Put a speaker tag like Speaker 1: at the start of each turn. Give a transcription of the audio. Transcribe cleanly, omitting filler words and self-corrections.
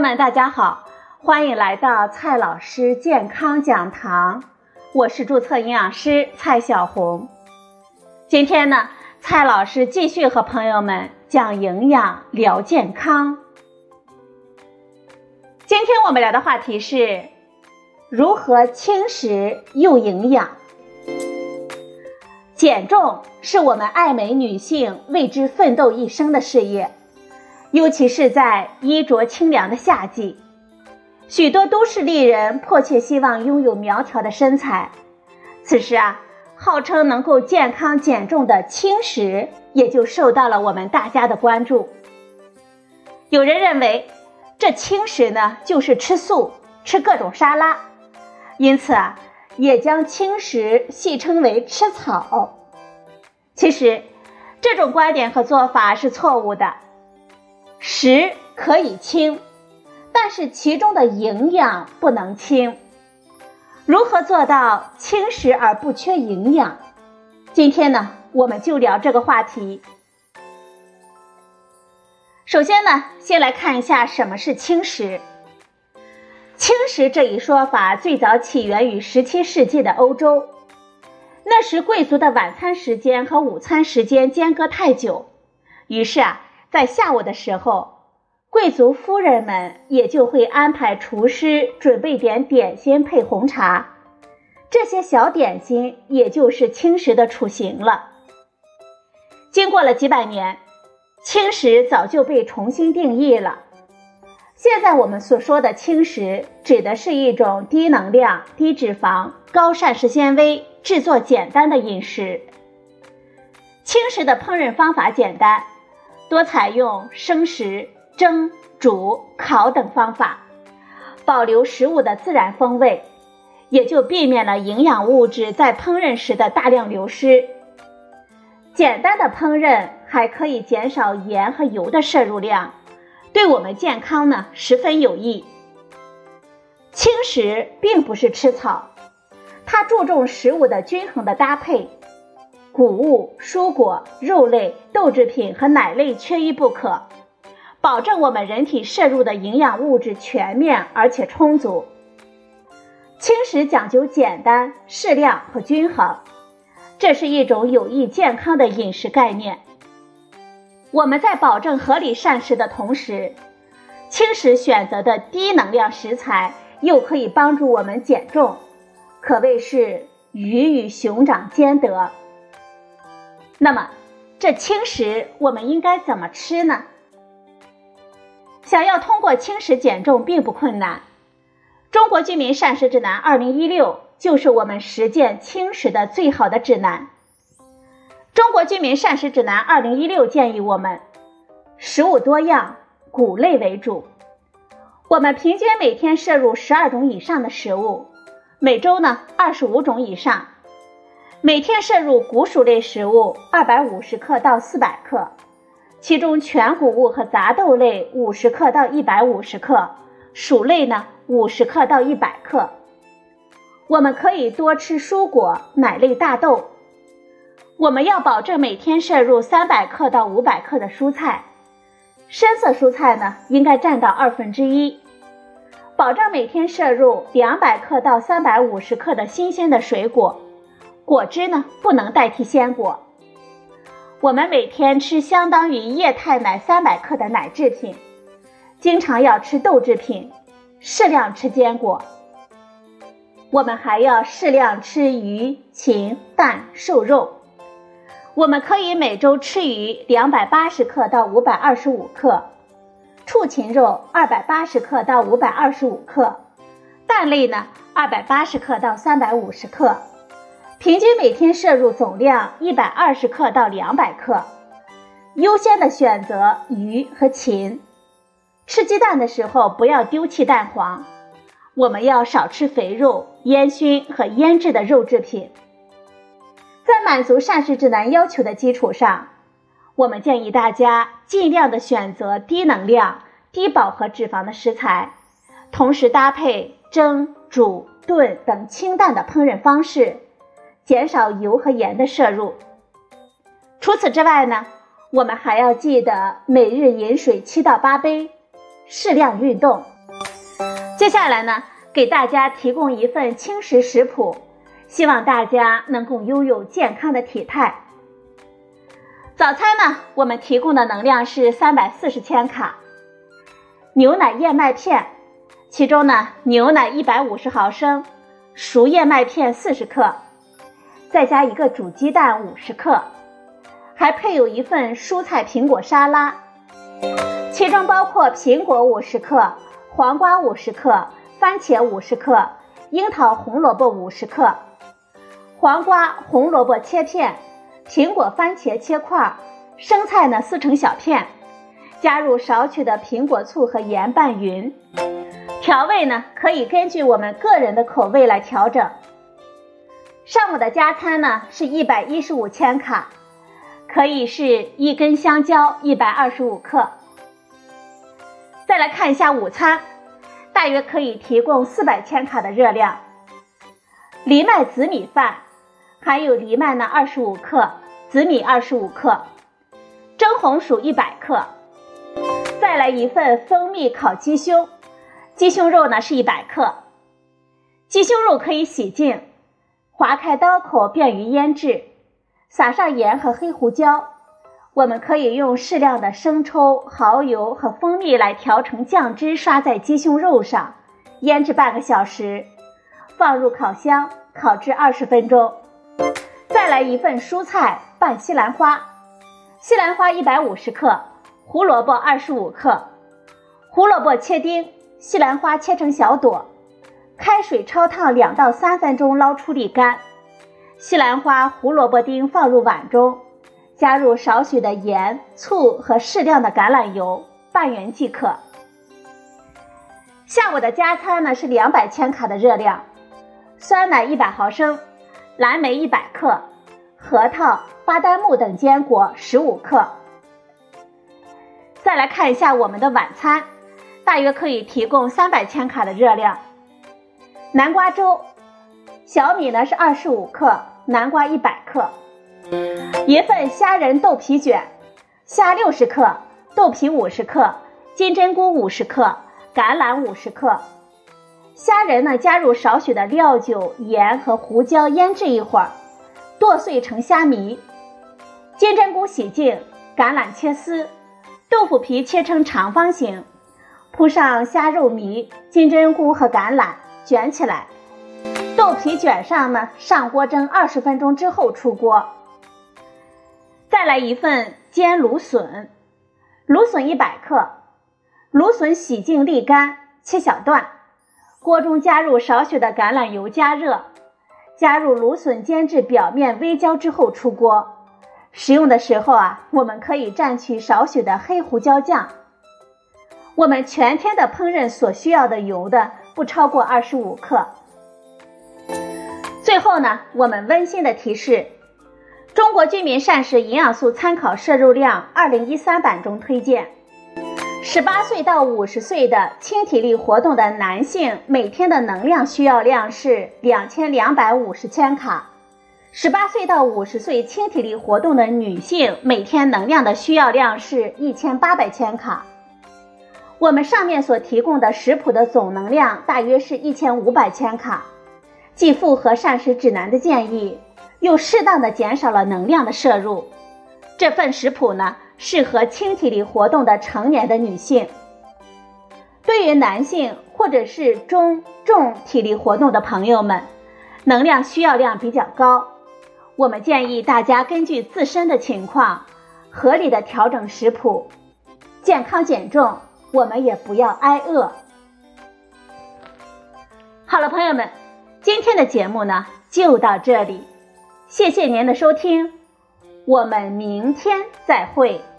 Speaker 1: 们大家好，欢迎来到蔡老师健康讲堂，我是注册营养师蔡小红。今天呢，蔡老师继续和朋友们讲营养聊健康。今天我们聊的话题是如何轻食又营养。减重是我们爱美女性为之奋斗一生的事业，尤其是在衣着清凉的夏季，许多都市丽人迫切希望拥有苗条的身材。此时号称能够健康减重的轻食也就受到了我们大家的关注。有人认为这轻食呢就是吃素，吃各种沙拉，因此也将轻食戏称为吃草。其实这种观点和做法是错误的。食可以轻，但是其中的营养不能轻。如何做到轻食而不缺营养？今天呢，我们就聊这个话题。首先呢，先来看一下什么是轻食。轻食这一说法最早起源于17世纪的欧洲。那时贵族的晚餐时间和午餐时间间隔太久，于是在下午的时候，贵族夫人们也就会安排厨师准备点点心配红茶，这些小点心也就是轻食的雏形了。经过了几百年，轻食早就被重新定义了。现在我们所说的轻食指的是一种低能量、低脂肪、高膳食纤维、制作简单的饮食。轻食的烹饪方法简单，多采用生食、蒸、煮、烤等方法，保留食物的自然风味，也就避免了营养物质在烹饪时的大量流失。简单的烹饪还可以减少盐和油的摄入量，对我们健康呢十分有益。轻食并不是吃草，它注重食物的均衡的搭配，谷物、蔬果、肉类、豆制品和奶类缺一不可，保证我们人体摄入的营养物质全面而且充足。轻食讲究简单、适量和均衡，这是一种有益健康的饮食概念。我们在保证合理膳食的同时，轻食选择的低能量食材又可以帮助我们减重，可谓是鱼与熊掌兼得。那么这轻食我们应该怎么吃呢？想要通过轻食减重并不困难，中国居民膳食指南2016就是我们实践轻食的最好的指南。中国居民膳食指南2016建议我们食物多样，谷类为主。我们平均每天摄入12种以上的食物，每周呢25种以上。每天摄入谷薯类食物250克到400克，其中全谷物和杂豆类50克到150克，薯类呢50克到100克。我们可以多吃蔬果、奶类、大豆。我们要保证每天摄入300克到500克的蔬菜，深色蔬菜呢应该占到1/2，保证每天摄入200克到350克的新鲜的水果，果汁呢不能代替鲜果。我们每天吃相当于液态奶300克的奶制品，经常要吃豆制品，适量吃坚果。我们还要适量吃鱼、禽、蛋、瘦肉。我们可以每周吃鱼280克到525克，畜禽肉280克到525克，蛋类呢280克到350克，平均每天摄入总量120克到200克，优先的选择鱼和禽。吃鸡蛋的时候不要丢弃蛋黄，我们要少吃肥肉、烟熏和腌制的肉制品。在满足膳食指南要求的基础上，我们建议大家尽量的选择低能量、低饱和脂肪的食材，同时搭配蒸、煮、炖等清淡的烹饪方式，减少油和盐的摄入。除此之外呢，我们还要记得每日饮水7到8杯，适量运动。 接下来呢，给大家提供一份轻食食谱，希望大家能够拥有健康的体态。早餐呢，我们提供的能量是340千卡。牛奶燕麦片，其中呢，牛奶150毫升，熟燕麦片40克，再加一个煮鸡蛋50克，还配有一份蔬菜苹果沙拉，其中包括苹果50克、黄瓜50克、番茄50克、樱桃红萝卜50克，黄瓜、红萝卜切片，苹果、番茄切块，生菜呢撕成小片，加入少许的苹果醋和盐拌匀。调味呢可以根据我们个人的口味来调整。上午的加餐呢是115千卡，可以是1根香蕉125克。再来看一下午餐，大约可以提供400千卡的热量。藜麦紫米饭，含有藜麦呢25克，紫米25克，蒸红薯100克。再来一份蜂蜜烤鸡胸，鸡胸肉呢是100克。鸡胸肉可以洗净，划开刀口便于腌制，撒上盐和黑胡椒。我们可以用适量的生抽、蚝油和蜂蜜来调成酱汁，刷在鸡胸肉上，腌制半个小时，放入烤箱烤制20分钟。再来一份蔬菜拌西兰花，西兰花150克，胡萝卜25克，胡萝卜切丁，西兰花切成小朵，开水焯烫2到3分钟，捞出沥干。西兰花、胡萝卜丁放入碗中，加入少许的盐、醋和适量的橄榄油，拌匀即可。下午的加餐呢是200千卡的热量，酸奶100毫升，蓝莓100克，核桃、巴旦木等坚果15克。再来看一下我们的晚餐，大约可以提供300千卡的热量。南瓜粥，小米呢是25克，南瓜100克。一份虾仁豆皮卷，虾60克，豆皮50克，金针菇50克，橄榄50克。虾仁呢加入少许的料酒、盐和胡椒腌制一会儿，剁碎成虾米。金针菇洗净，橄榄切丝，豆腐皮切成长方形，铺上虾肉糜、金针菇和橄榄，卷起来。豆皮卷上呢，上锅蒸20分钟之后出锅。再来一份煎芦笋，芦笋100克，芦笋洗净沥干，切小段，锅中加入少许的橄榄油加热，加入芦笋煎至表面微焦之后出锅。食用的时候我们可以蘸取少许的黑胡椒酱。我们全天的烹饪所需要的油的不超过25克。最后呢，我们温馨的提示，中国居民膳食营养素参考摄入量2013版中推荐，18岁到50岁的轻体力活动的男性每天的能量需要量是2250千卡，18岁到50岁轻体力活动的女性每天能量的需要量是1800千卡。我们上面所提供的食谱的总能量大约是1500千卡，既符合膳食指南的建议，又适当的减少了能量的摄入。这份食谱呢，适合轻体力活动的成年的女性。对于男性或者是中重体力活动的朋友们，能量需要量比较高，我们建议大家根据自身的情况，合理的调整食谱，健康减重，我们也不要挨饿。好了，朋友们，今天的节目呢就到这里，谢谢您的收听，我们明天再会。